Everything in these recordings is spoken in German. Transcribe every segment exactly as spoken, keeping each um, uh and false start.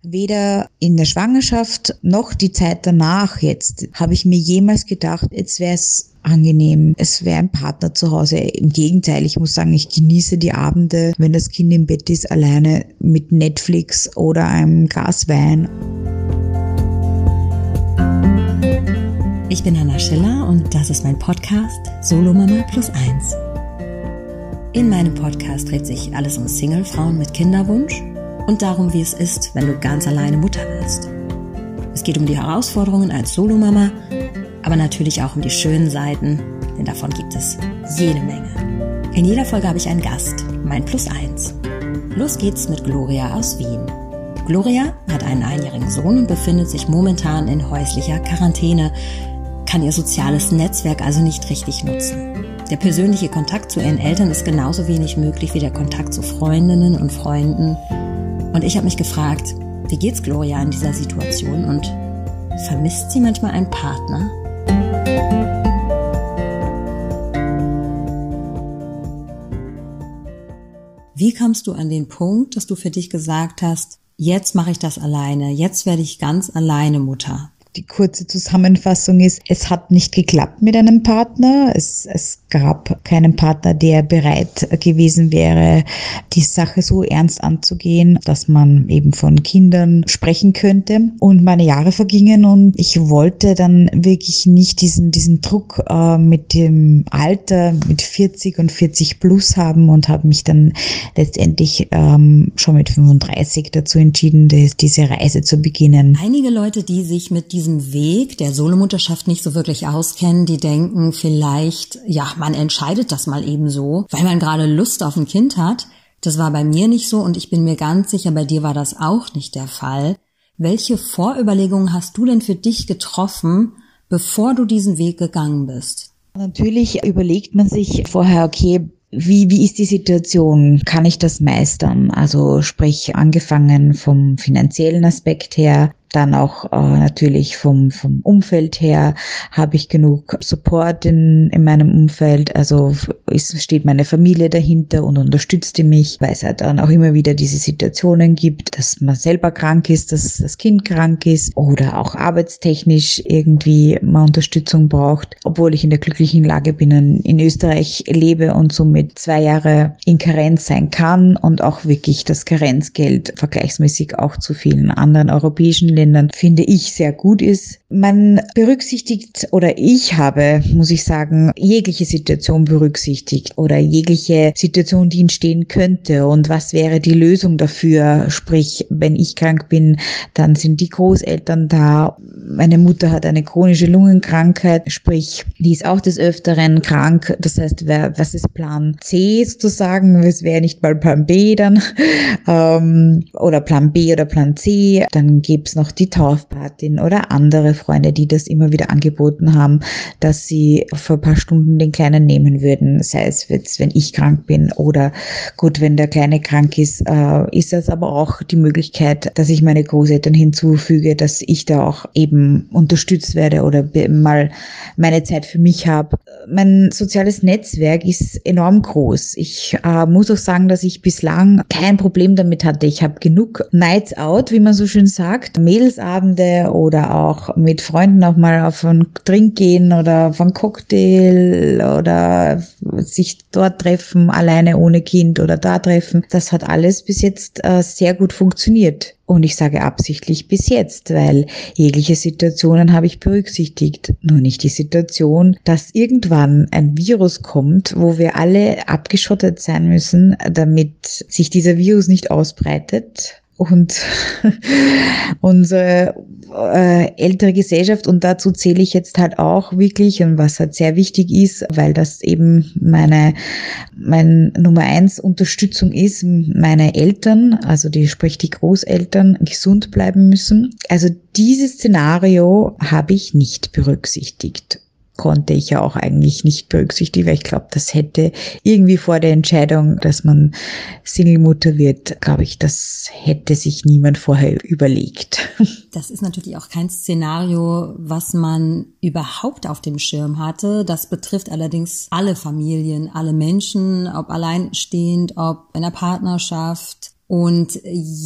Weder in der Schwangerschaft noch die Zeit danach jetzt habe ich mir jemals gedacht, jetzt wäre es angenehm, es wäre ein Partner zu Hause. Im Gegenteil, ich muss sagen, ich genieße die Abende, wenn das Kind im Bett ist, alleine mit Netflix oder einem Glas Wein. Ich bin Anna Schiller und das ist mein Podcast Solomama plus eins. In meinem Podcast dreht sich alles um Single-Frauen mit Kinderwunsch und darum, wie es ist, wenn du ganz alleine Mutter bist. Es geht um die Herausforderungen als Solomama, aber natürlich auch um die schönen Seiten, denn davon gibt es jede Menge. In jeder Folge habe ich einen Gast, mein Plus eins. Los geht's mit Gloria aus Wien. Gloria hat einen einjährigen Sohn und befindet sich momentan in häuslicher Quarantäne, kann ihr soziales Netzwerk also nicht richtig nutzen. Der persönliche Kontakt zu ihren Eltern ist genauso wenig möglich wie der Kontakt zu Freundinnen und Freunden. Und ich habe mich gefragt, wie geht's Gloria in dieser Situation und vermisst sie manchmal einen Partner? Wie kommst du an den Punkt, dass du für dich gesagt hast, jetzt mache ich das alleine, jetzt werde ich ganz alleine Mutter? Die kurze Zusammenfassung ist, es hat nicht geklappt mit einem Partner. Es, es gab keinen Partner, der bereit gewesen wäre, die Sache so ernst anzugehen, dass man eben von Kindern sprechen könnte. Und meine Jahre vergingen und ich wollte dann wirklich nicht diesen, diesen Druck äh, mit dem Alter, mit vierzig und vierzig plus haben und habe mich dann letztendlich ähm, schon mit fünfunddreißig dazu entschieden, die, diese Reise zu beginnen. Einige Leute, die sich mit diesem Weg der Solomutterschaft nicht so wirklich auskennen, die denken vielleicht, ja, man entscheidet das mal eben so, weil man gerade Lust auf ein Kind hat. Das war bei mir nicht so und ich bin mir ganz sicher, bei dir war das auch nicht der Fall. Welche Vorüberlegungen hast du denn für dich getroffen, bevor du diesen Weg gegangen bist? Natürlich überlegt man sich vorher, okay, Wie, wie ist die Situation? Kann ich das meistern? Also sprich, angefangen vom finanziellen Aspekt her, dann auch äh, natürlich vom vom Umfeld her, habe ich genug Support in in meinem Umfeld, also ist, steht meine Familie dahinter und unterstützt die mich, weil es halt dann auch immer wieder diese Situationen gibt, dass man selber krank ist, dass das Kind krank ist oder auch arbeitstechnisch irgendwie man Unterstützung braucht, obwohl ich in der glücklichen Lage bin und in Österreich lebe und somit zwei Jahre in Karenz sein kann und auch wirklich das Karenzgeld vergleichsmäßig auch zu vielen anderen europäischen Ländern, finde ich, sehr gut ist. Man berücksichtigt, oder ich habe, muss ich sagen, jegliche Situation berücksichtigt oder jegliche Situation, die entstehen könnte und was wäre die Lösung dafür, sprich, wenn ich krank bin, dann sind die Großeltern da. Meine Mutter hat eine chronische Lungenkrankheit, sprich, die ist auch des Öfteren krank, das heißt, was ist Plan C sozusagen, es wäre nicht mal Plan B dann, ähm, oder Plan B oder Plan C, dann gäbe es noch die Taufpatin oder andere Freunde, die das immer wieder angeboten haben, dass sie für ein paar Stunden den Kleinen nehmen würden, sei es jetzt, wenn ich krank bin oder gut, wenn der Kleine krank ist, äh, ist das aber auch die Möglichkeit, dass ich meine Großeltern hinzufüge, dass ich da auch eben unterstützt werde oder mal meine Zeit für mich habe. Mein soziales Netzwerk ist enorm groß. Ich äh, muss auch sagen, dass ich bislang kein Problem damit hatte. Ich habe genug Nights out, wie man so schön sagt, Mädelsabende oder auch mit Freunden auch mal auf einen Drink gehen oder auf einen Cocktail oder sich dort treffen, alleine ohne Kind oder da treffen. Das hat alles bis jetzt äh, sehr gut funktioniert. Und ich sage absichtlich bis jetzt, weil jegliche Situationen habe ich berücksichtigt. Nur nicht die Situation, dass irgendwann ein Virus kommt, wo wir alle abgeschottet sein müssen, damit sich dieser Virus nicht ausbreitet. Und unsere äh, ältere Gesellschaft, und dazu zähle ich jetzt halt auch wirklich, und was halt sehr wichtig ist, weil das eben meine mein Nummer eins Unterstützung ist, meine Eltern, also die sprich die Großeltern, gesund bleiben müssen. Also dieses Szenario habe ich nicht berücksichtigt. Konnte ich ja auch eigentlich nicht berücksichtigen, weil ich glaube, das hätte irgendwie vor der Entscheidung, dass man Single-Mutter wird, glaube ich, das hätte sich niemand vorher überlegt. Das ist natürlich auch kein Szenario, was man überhaupt auf dem Schirm hatte. Das betrifft allerdings alle Familien, alle Menschen, ob alleinstehend, ob in der Partnerschaft. Und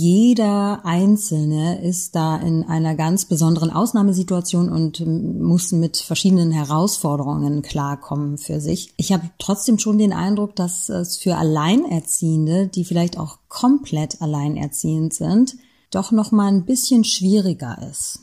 jeder Einzelne ist da in einer ganz besonderen Ausnahmesituation und muss mit verschiedenen Herausforderungen klarkommen für sich. Ich habe trotzdem schon den Eindruck, dass es für Alleinerziehende, die vielleicht auch komplett alleinerziehend sind, doch noch mal ein bisschen schwieriger ist.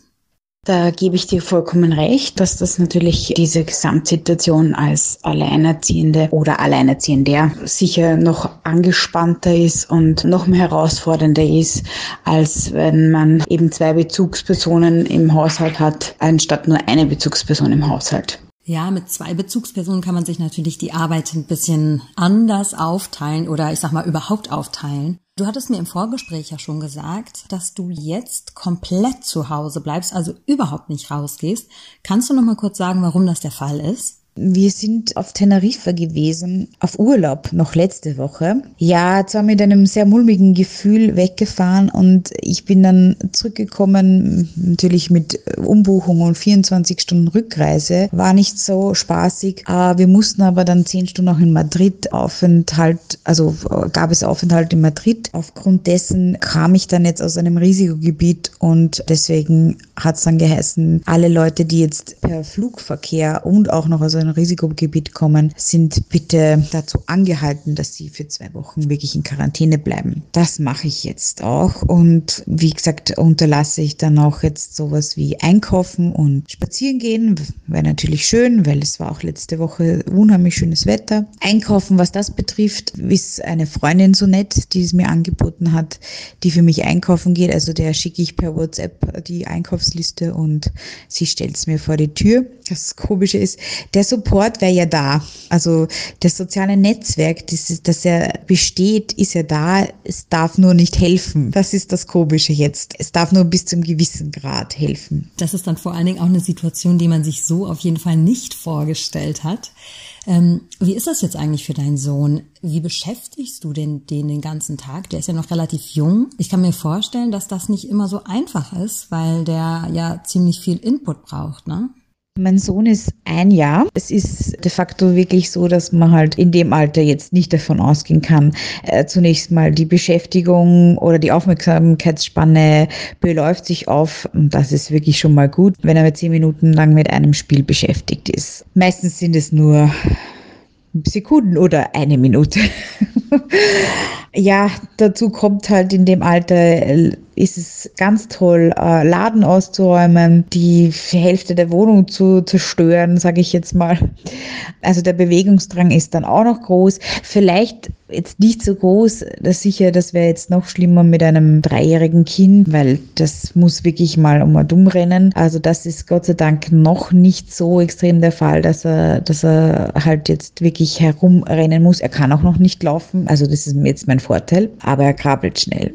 Da gebe ich dir vollkommen recht, dass das natürlich diese Gesamtsituation als Alleinerziehende oder Alleinerziehender sicher noch angespannter ist und noch mehr herausfordernder ist, als wenn man eben zwei Bezugspersonen im Haushalt hat, anstatt nur eine Bezugsperson im Haushalt. Ja, mit zwei Bezugspersonen kann man sich natürlich die Arbeit ein bisschen anders aufteilen oder ich sag mal überhaupt aufteilen. Du hattest mir im Vorgespräch ja schon gesagt, dass du jetzt komplett zu Hause bleibst, also überhaupt nicht rausgehst. Kannst du noch mal kurz sagen, warum das der Fall ist? Wir sind auf Teneriffa gewesen, auf Urlaub, noch letzte Woche. Ja, zwar mit einem sehr mulmigen Gefühl weggefahren und ich bin dann zurückgekommen, natürlich mit Umbuchung und vierundzwanzig Stunden Rückreise. War nicht so spaßig. Wir mussten aber dann zehn Stunden auch in Madrid Aufenthalt, also gab es Aufenthalt in Madrid. Aufgrund dessen kam ich dann jetzt aus einem Risikogebiet und deswegen hat es dann geheißen, alle Leute, die jetzt per Flugverkehr und auch noch aus einem Risikogebiet kommen, sind bitte dazu angehalten, dass sie für zwei Wochen wirklich in Quarantäne bleiben. Das mache ich jetzt auch und wie gesagt, unterlasse ich dann auch jetzt sowas wie Einkaufen und Spazieren gehen. Wäre natürlich schön, weil es war auch letzte Woche unheimlich schönes Wetter. Einkaufen, was das betrifft, ist eine Freundin so nett, die es mir angeboten hat, die für mich einkaufen geht. Also der schicke ich per WhatsApp die Einkaufsliste und sie stellt es mir vor die Tür. Das Komische ist, der Support wäre ja da. Also das soziale Netzwerk, das, ist, das ja besteht, ist ja da. Es darf nur nicht helfen. Das ist das Komische jetzt. Es darf nur bis zum gewissen Grad helfen. Das ist dann vor allen Dingen auch eine Situation, die man sich so auf jeden Fall nicht vorgestellt hat. Ähm, wie ist das jetzt eigentlich für deinen Sohn? Wie beschäftigst du den, den den ganzen Tag? Der ist ja noch relativ jung. Ich kann mir vorstellen, dass das nicht immer so einfach ist, weil der ja ziemlich viel Input braucht, ne? Mein Sohn ist ein Jahr. Es ist de facto wirklich so, dass man halt in dem Alter jetzt nicht davon ausgehen kann. Äh, zunächst mal die Beschäftigung oder die Aufmerksamkeitsspanne beläuft sich auf, und das ist wirklich schon mal gut, wenn er mit zehn Minuten lang mit einem Spiel beschäftigt ist. Meistens sind es nur Sekunden oder eine Minute. Ja, dazu kommt halt in dem Alter, ist es ganz toll, Laden auszuräumen, die Hälfte der Wohnung zu zerstören, sage ich jetzt mal. Also der Bewegungsdrang ist dann auch noch groß. Vielleicht jetzt nicht so groß, das sicher, das wäre jetzt noch schlimmer mit einem dreijährigen Kind, weil das muss wirklich mal um und um rennen. Also das ist Gott sei Dank noch nicht so extrem der Fall, dass er, dass er halt jetzt wirklich herumrennen muss. Er kann auch noch nicht laufen, also das ist jetzt mein Vorteil, aber er krabbelt schnell.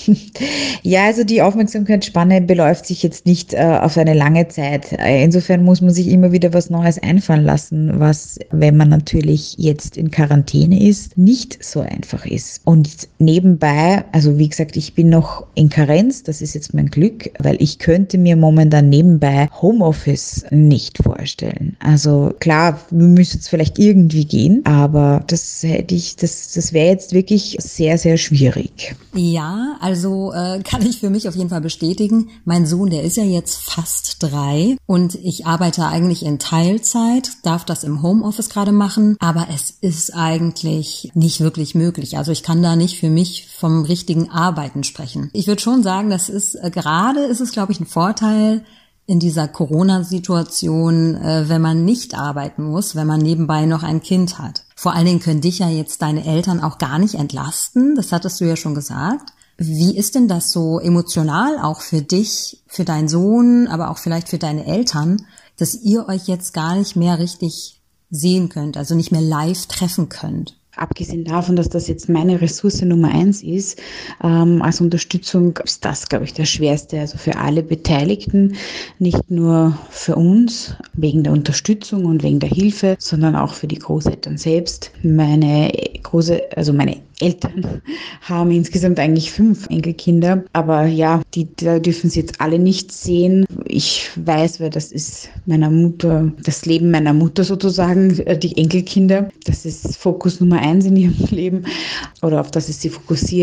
Ja, also die Aufmerksamkeitsspanne beläuft sich jetzt nicht äh, auf eine lange Zeit. Insofern muss man sich immer wieder was Neues einfallen lassen, was, wenn man natürlich jetzt in Quarantäne ist, nicht so einfach ist. Und nebenbei, also wie gesagt, ich bin noch in Karenz, das ist jetzt mein Glück, weil ich könnte mir momentan nebenbei Homeoffice nicht vorstellen. Also klar, wir müssen es vielleicht irgendwie gehen, aber das hätte ich, das, das wäre jetzt wirklich sehr, sehr schwierig. Ja, also äh, kann ich für mich auf jeden Fall bestätigen. Mein Sohn, der ist ja jetzt fast drei und ich arbeite eigentlich in Teilzeit, darf das im Homeoffice gerade machen, aber es ist eigentlich nicht wirklich möglich. Also ich kann da nicht für mich vom richtigen Arbeiten sprechen. Ich würde schon sagen, das ist äh, gerade ist es, glaube ich, ein Vorteil in dieser Corona-Situation, äh, wenn man nicht arbeiten muss, wenn man nebenbei noch ein Kind hat. Vor allen Dingen können dich ja jetzt deine Eltern auch gar nicht entlasten, das hattest du ja schon gesagt. Wie ist denn das so emotional auch für dich, für deinen Sohn, aber auch vielleicht für deine Eltern, dass ihr euch jetzt gar nicht mehr richtig sehen könnt, also nicht mehr live treffen könnt? Abgesehen davon, dass das jetzt meine Ressource Nummer eins ist, ähm, als Unterstützung ist das, glaube ich, das Schwerste, also für alle Beteiligten, nicht nur für uns, wegen der Unterstützung und wegen der Hilfe, sondern auch für die Großeltern selbst. Meine große, also meine Eltern haben insgesamt eigentlich fünf Enkelkinder, aber ja, die da dürfen sie jetzt alle nicht sehen. Ich weiß, weil das ist meiner Mutter, das Leben meiner Mutter sozusagen, die Enkelkinder. Das ist Fokus Nummer eins in ihrem Leben oder auf das ist sie fokussiert.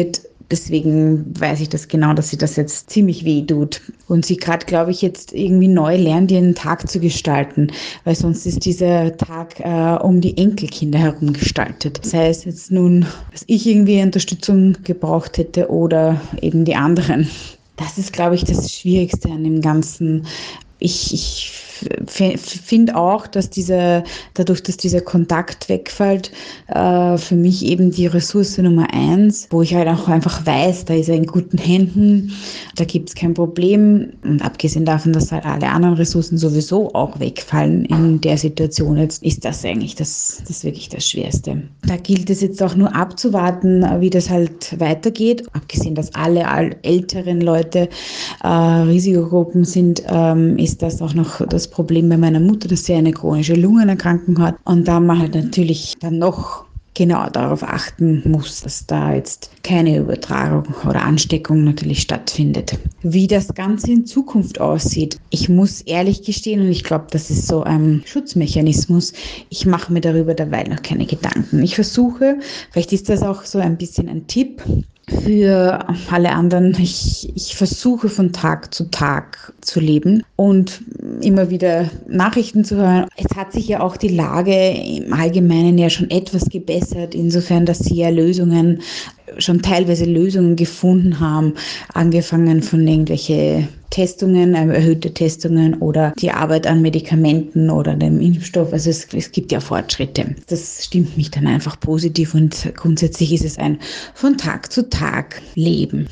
Deswegen weiß ich das genau, dass sie das jetzt ziemlich weh tut. Und sie gerade, glaube ich, jetzt irgendwie neu lernt, ihren Tag zu gestalten, weil sonst ist dieser Tag äh, um die Enkelkinder herum gestaltet. Das heißt jetzt nun, dass ich irgendwie Unterstützung gebraucht hätte oder eben die anderen. Das ist, glaube ich, das Schwierigste an dem Ganzen. Ich, ich finde auch, dass dieser, dadurch, dass dieser Kontakt wegfällt, äh, für mich eben die Ressource Nummer eins, wo ich halt auch einfach weiß, da ist er in guten Händen, da gibt es kein Problem. Und abgesehen davon, dass halt alle anderen Ressourcen sowieso auch wegfallen in der Situation jetzt, ist das eigentlich das, das wirklich das Schwerste. Da gilt es jetzt auch nur abzuwarten, wie das halt weitergeht. Abgesehen, dass alle all älteren Leute äh, Risikogruppen sind, ähm, ist das auch noch das Problem bei meiner Mutter, dass sie eine chronische Lungenerkrankung hat und da man halt natürlich dann noch genau darauf achten muss, dass da jetzt keine Übertragung oder Ansteckung natürlich stattfindet. Wie das Ganze in Zukunft aussieht, ich muss ehrlich gestehen, und ich glaube, das ist so ein Schutzmechanismus, ich mache mir darüber derweil noch keine Gedanken. Ich versuche, vielleicht ist das auch so ein bisschen ein Tipp für alle anderen, ich, ich versuche von Tag zu Tag zu leben und immer wieder Nachrichten zu hören. Es hat sich ja auch die Lage im Allgemeinen ja schon etwas gebessert, insofern, dass sie ja Lösungen, schon teilweise Lösungen gefunden haben, angefangen von irgendwelche Testungen, erhöhte Testungen oder die Arbeit an Medikamenten oder dem Impfstoff. Also es, es gibt ja Fortschritte. Das stimmt mich dann einfach positiv und grundsätzlich ist es ein von Tag zu Tag Leben,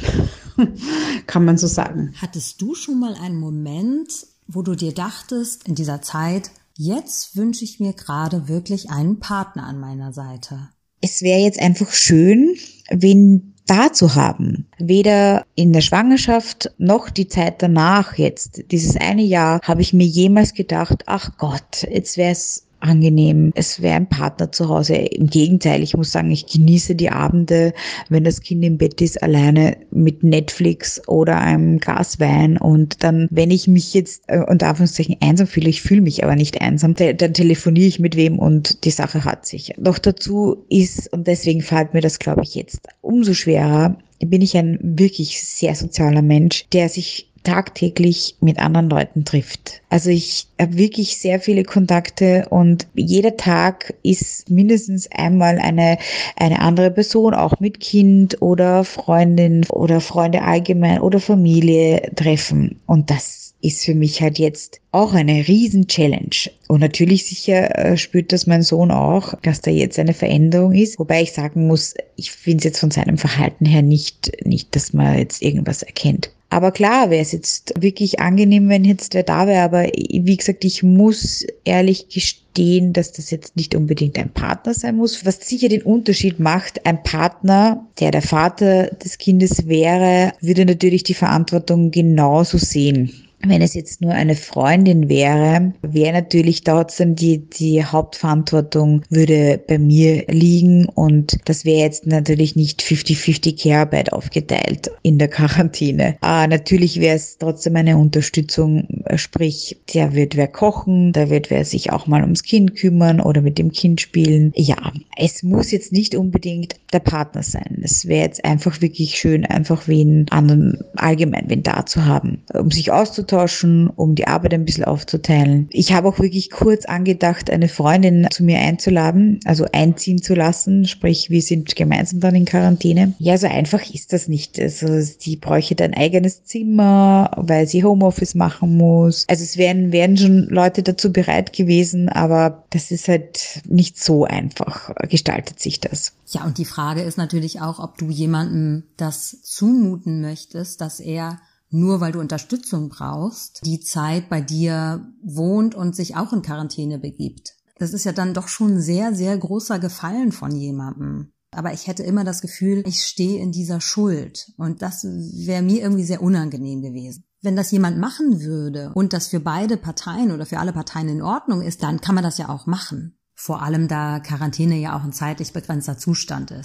kann man so sagen. Hattest du schon mal einen Moment, wo du dir dachtest, in dieser Zeit, jetzt wünsche ich mir gerade wirklich einen Partner an meiner Seite? Es wäre jetzt einfach schön, wen da zu haben. Weder in der Schwangerschaft noch die Zeit danach jetzt, dieses eine Jahr, habe ich mir jemals gedacht, ach Gott, jetzt wäre es angenehm, es wäre ein Partner zu Hause. Im Gegenteil, ich muss sagen, ich genieße die Abende, wenn das Kind im Bett ist, alleine mit Netflix oder einem Glas Wein und dann, wenn ich mich jetzt äh, unter Anführungszeichen einsam fühle, ich fühle mich aber nicht einsam, te- dann telefoniere ich mit wem und die Sache hat sich. Noch dazu ist, und deswegen fällt mir das, glaube ich, jetzt umso schwerer, bin ich ein wirklich sehr sozialer Mensch, der sich tagtäglich mit anderen Leuten trifft. Also ich habe wirklich sehr viele Kontakte und jeder Tag ist mindestens einmal eine, eine andere Person, auch mit Kind oder Freundin oder Freunde allgemein oder Familie treffen. Und das ist für mich halt jetzt auch eine riesen Challenge. Und natürlich sicher äh, spürt das mein Sohn auch, dass da jetzt eine Veränderung ist. Wobei ich sagen muss, ich finde es jetzt von seinem Verhalten her nicht, nicht, dass man jetzt irgendwas erkennt. Aber klar, wäre es jetzt wirklich angenehm, wenn jetzt wer da wäre. Aber wie gesagt, ich muss ehrlich gestehen, dass das jetzt nicht unbedingt ein Partner sein muss. Was sicher den Unterschied macht, ein Partner, der der Vater des Kindes wäre, würde natürlich die Verantwortung genauso sehen. Wenn es jetzt nur eine Freundin wäre, wäre natürlich trotzdem die, die Hauptverantwortung würde bei mir liegen und das wäre jetzt natürlich nicht fünfzig fünfzig Care-Arbeit aufgeteilt in der Quarantäne. Aber natürlich wäre es trotzdem eine Unterstützung, sprich, da wird wer kochen, da wird wer sich auch mal ums Kind kümmern oder mit dem Kind spielen. Ja, es muss jetzt nicht unbedingt der Partner sein. Es wäre jetzt einfach wirklich schön, einfach wen anderen, allgemein wen da zu haben, um sich auszutauschen, um die Arbeit ein bisschen aufzuteilen. Ich habe auch wirklich kurz angedacht, eine Freundin zu mir einzuladen, also einziehen zu lassen, sprich, wir sind gemeinsam dann in Quarantäne. Ja, so einfach ist das nicht. Also die bräuchte ein eigenes Zimmer, weil sie Homeoffice machen muss. Also es wären, wären schon Leute dazu bereit gewesen, aber das ist halt nicht so einfach, gestaltet sich das. Ja, und die Frage ist natürlich auch, ob du jemandem das zumuten möchtest, dass er nur weil du Unterstützung brauchst, die Zeit bei dir wohnt und sich auch in Quarantäne begibt. Das ist ja dann doch schon sehr, sehr großer Gefallen von jemandem. Aber ich hätte immer das Gefühl, ich stehe in dieser Schuld. Und das wäre mir irgendwie sehr unangenehm gewesen. Wenn das jemand machen würde und das für beide Parteien oder für alle Parteien in Ordnung ist, dann kann man das ja auch machen. Vor allem, da Quarantäne ja auch ein zeitlich begrenzter Zustand ist.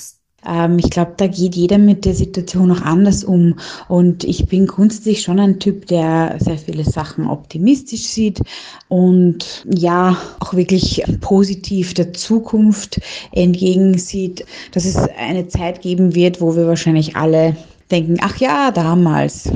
Ähm, ich glaube, da geht jeder mit der Situation auch anders um. Und ich bin grundsätzlich schon ein Typ, der sehr viele Sachen optimistisch sieht und ja, auch wirklich positiv der Zukunft entgegensieht, dass es eine Zeit geben wird, wo wir wahrscheinlich alle denken, ach ja, damals.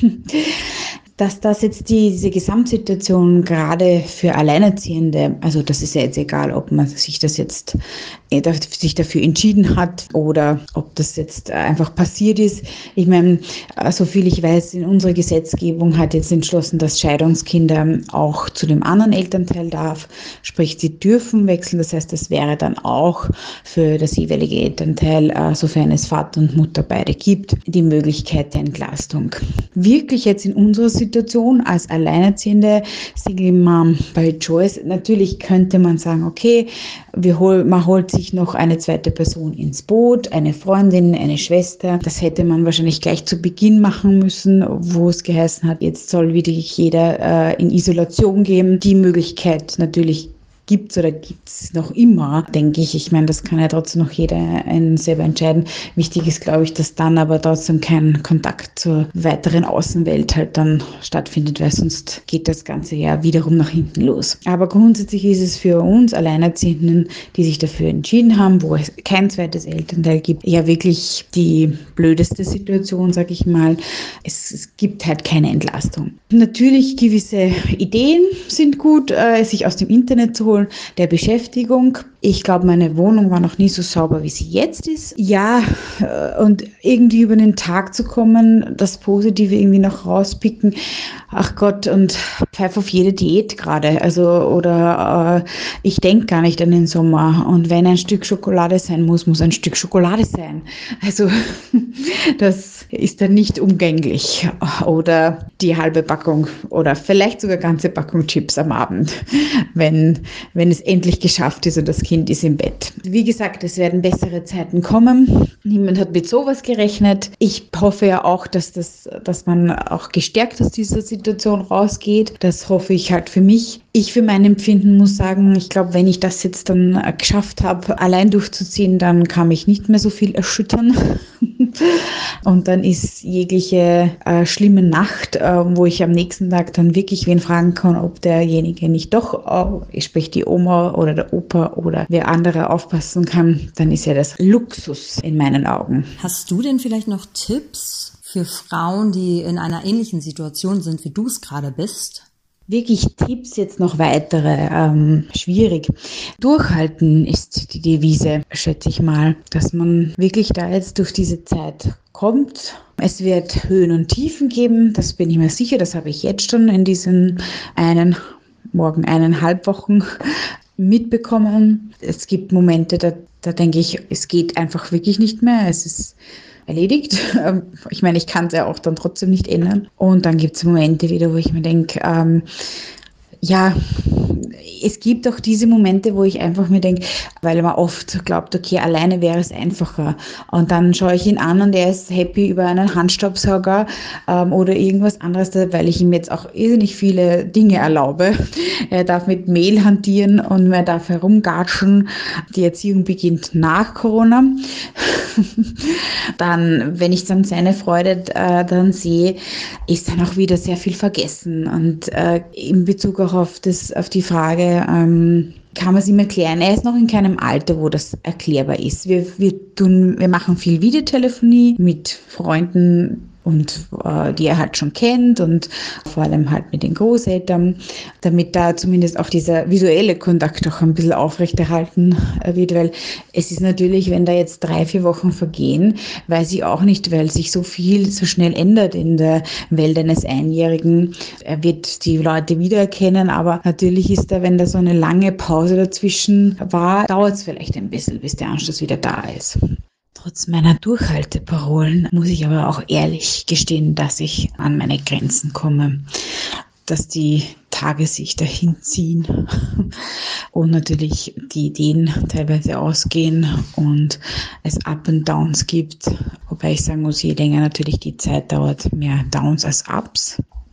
Dass das jetzt die, diese Gesamtsituation gerade für Alleinerziehende, also das ist ja jetzt egal, ob man sich das jetzt sich dafür entschieden hat oder ob das jetzt einfach passiert ist. Ich meine, so viel ich weiß, in unserer Gesetzgebung hat jetzt entschlossen, dass Scheidungskinder auch zu dem anderen Elternteil darf, sprich sie dürfen wechseln. Das heißt, das wäre dann auch für das jeweilige Elternteil, sofern es Vater und Mutter beide gibt, die Möglichkeit der Entlastung. Wirklich jetzt in unserer Situation als alleinerziehende Single Mom bei Choice, natürlich könnte man sagen, okay, wir hol, man holt sich noch eine zweite Person ins Boot, eine Freundin, eine Schwester. Das hätte man wahrscheinlich gleich zu Beginn machen müssen, wo es geheißen hat, jetzt soll wieder jeder äh, in Isolation gehen. Die Möglichkeit natürlich gibt's oder gibt's noch immer, denke ich. Ich meine, das kann ja trotzdem noch jeder einen selber entscheiden. Wichtig ist, glaube ich, dass dann aber trotzdem kein Kontakt zur weiteren Außenwelt halt dann stattfindet, weil sonst geht das Ganze ja wiederum nach hinten los. Aber grundsätzlich ist es für uns Alleinerziehenden, die sich dafür entschieden haben, wo es kein zweites Elternteil gibt, ja wirklich die blödeste Situation, sage ich mal. Es, es gibt halt keine Entlastung. Natürlich gewisse Ideen sind gut, äh, sich aus dem Internet zu holen, der Beschäftigung. Ich glaube, meine Wohnung war noch nie so sauber, wie sie jetzt ist. Ja, und irgendwie über den Tag zu kommen, das Positive irgendwie noch rauspicken. Ach Gott, und pfeif auf jede Diät gerade. Also, oder äh, ich denke gar nicht an den Sommer. Und wenn ein Stück Schokolade sein muss, muss ein Stück Schokolade sein. Also, das ist dann nicht umgänglich. Oder die halbe Packung oder vielleicht sogar ganze Packung Chips am Abend, wenn, wenn es endlich geschafft ist und das Kind ist im Bett. Wie gesagt, es werden bessere Zeiten kommen. Niemand hat mit sowas gerechnet. Ich hoffe ja auch, dass das, dass man auch gestärkt aus dieser Situation rausgeht. Das hoffe ich halt für mich. Ich für mein Empfinden muss sagen, ich glaube, wenn ich das jetzt dann geschafft habe, allein durchzuziehen, dann kann mich nicht mehr so viel erschüttern. Und dann ist jegliche äh, schlimme Nacht, äh, wo ich am nächsten Tag dann wirklich wen fragen kann, ob derjenige nicht doch, äh, sprich die Oma oder der Opa oder wer andere aufpassen kann, dann ist ja das Luxus in meinen Augen. Hast du denn vielleicht noch Tipps für Frauen, die in einer ähnlichen Situation sind, wie du es gerade bist? Wirklich Tipps jetzt noch weitere, ähm, schwierig. Durchhalten ist die Devise, schätze ich mal, dass man wirklich da jetzt durch diese Zeit kommt. Es wird Höhen und Tiefen geben, das bin ich mir sicher, das habe ich jetzt schon in diesen einen, morgen eineinhalb Wochen mitbekommen. Es gibt Momente, da, da denke ich, es geht einfach wirklich nicht mehr, es ist erledigt. Ich meine, ich kann es ja auch dann trotzdem nicht ändern. Und dann gibt es Momente wieder, wo ich mir denke, ähm, ja, es gibt auch diese Momente, wo ich einfach mir denke, weil man oft glaubt, okay, alleine wäre es einfacher. Und dann schaue ich ihn an und er ist happy über einen Handstaubsauger ähm, oder irgendwas anderes, weil ich ihm jetzt auch irrsinnig viele Dinge erlaube. Er darf mit Mehl hantieren und er darf herumgatschen. Die Erziehung beginnt nach Corona. Dann, wenn ich dann seine Freude äh, dann sehe, ist dann auch wieder sehr viel vergessen. Und äh, in Bezug auch auf, das, auf die Frage, ähm, kann man es ihm erklären. Er ist noch in keinem Alter, wo das erklärbar ist. Wir, wir, tun, wir machen viel Videotelefonie mit Freunden, und äh, die er halt schon kennt und vor allem halt mit den Großeltern, damit da zumindest auch dieser visuelle Kontakt auch ein bisschen aufrechterhalten wird, weil es ist natürlich, wenn da jetzt drei, vier Wochen vergehen, weiß ich auch nicht, weil sich so viel so schnell ändert in der Welt eines Einjährigen. Er wird die Leute wiedererkennen, aber natürlich ist da, wenn da so eine lange Pause dazwischen war, dauert es vielleicht ein bisschen, bis der Anschluss wieder da ist. Trotz meiner Durchhalteparolen muss ich aber auch ehrlich gestehen, dass ich an meine Grenzen komme, dass die Tage sich dahin ziehen und natürlich die Ideen teilweise ausgehen und es Up and Downs gibt, wobei ich sagen muss, je länger natürlich die Zeit dauert, mehr Downs als Ups.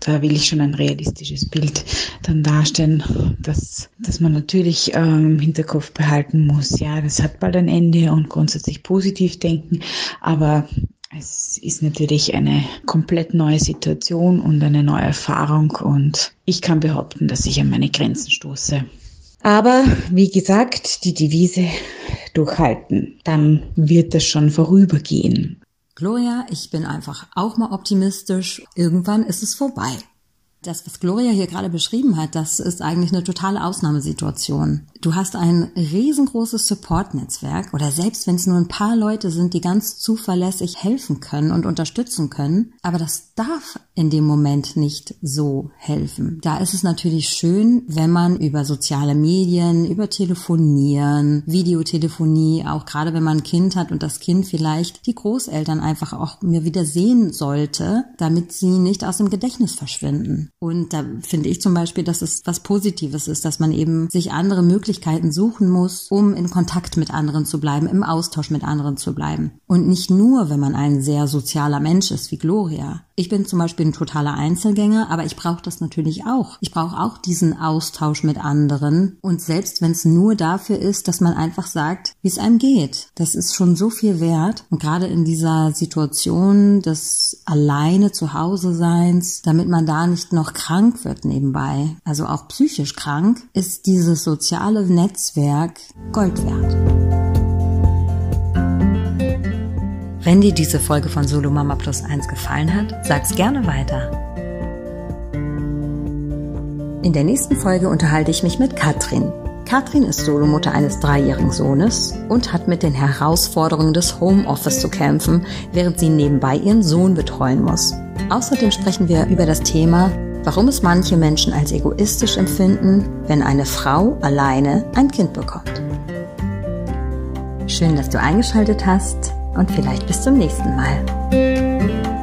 da will ich schon ein realistisches Bild dann darstellen, dass, dass man natürlich ähm, im Hinterkopf behalten muss, ja, das hat bald ein Ende und grundsätzlich positiv denken, aber es ist natürlich eine komplett neue Situation und eine neue Erfahrung und ich kann behaupten, dass ich an meine Grenzen stoße. Aber wie gesagt, die Devise durchhalten, dann wird das schon vorübergehen. Gloria, ich bin einfach auch mal optimistisch. Irgendwann ist es vorbei. Das, was Gloria hier gerade beschrieben hat, das ist eigentlich eine totale Ausnahmesituation. Du hast ein riesengroßes Support-Netzwerk oder selbst wenn es nur ein paar Leute sind, die ganz zuverlässig helfen können und unterstützen können, aber das darf in dem Moment nicht so helfen. Da ist es natürlich schön, wenn man über soziale Medien, über Telefonieren, Videotelefonie, auch gerade wenn man ein Kind hat und das Kind vielleicht die Großeltern einfach auch mir wieder sehen sollte, damit sie nicht aus dem Gedächtnis verschwinden. Und da finde ich zum Beispiel, dass es was Positives ist, dass man eben sich andere Möglichkeiten suchen muss, um in Kontakt mit anderen zu bleiben, im Austausch mit anderen zu bleiben. Und nicht nur, wenn man ein sehr sozialer Mensch ist wie Gloria. Ich bin zum Beispiel ein totaler Einzelgänger, aber ich brauche das natürlich auch. Ich brauche auch diesen Austausch mit anderen. Und selbst wenn es nur dafür ist, dass man einfach sagt, wie es einem geht. Das ist schon so viel wert. Und gerade in dieser Situation des alleine zu Hause Seins, damit man da nicht noch krank wird nebenbei, also auch psychisch krank, ist dieses soziale Netzwerk Gold wert. Wenn dir diese Folge von Solo Mama Plus eins gefallen hat, sag's gerne weiter. In der nächsten Folge unterhalte ich mich mit Katrin. Katrin ist Solomutter eines dreijährigen Sohnes und hat mit den Herausforderungen des Homeoffice zu kämpfen, während sie nebenbei ihren Sohn betreuen muss. Außerdem sprechen wir über das Thema, warum es manche Menschen als egoistisch empfinden, wenn eine Frau alleine ein Kind bekommt. Schön, dass du eingeschaltet hast und vielleicht bis zum nächsten Mal.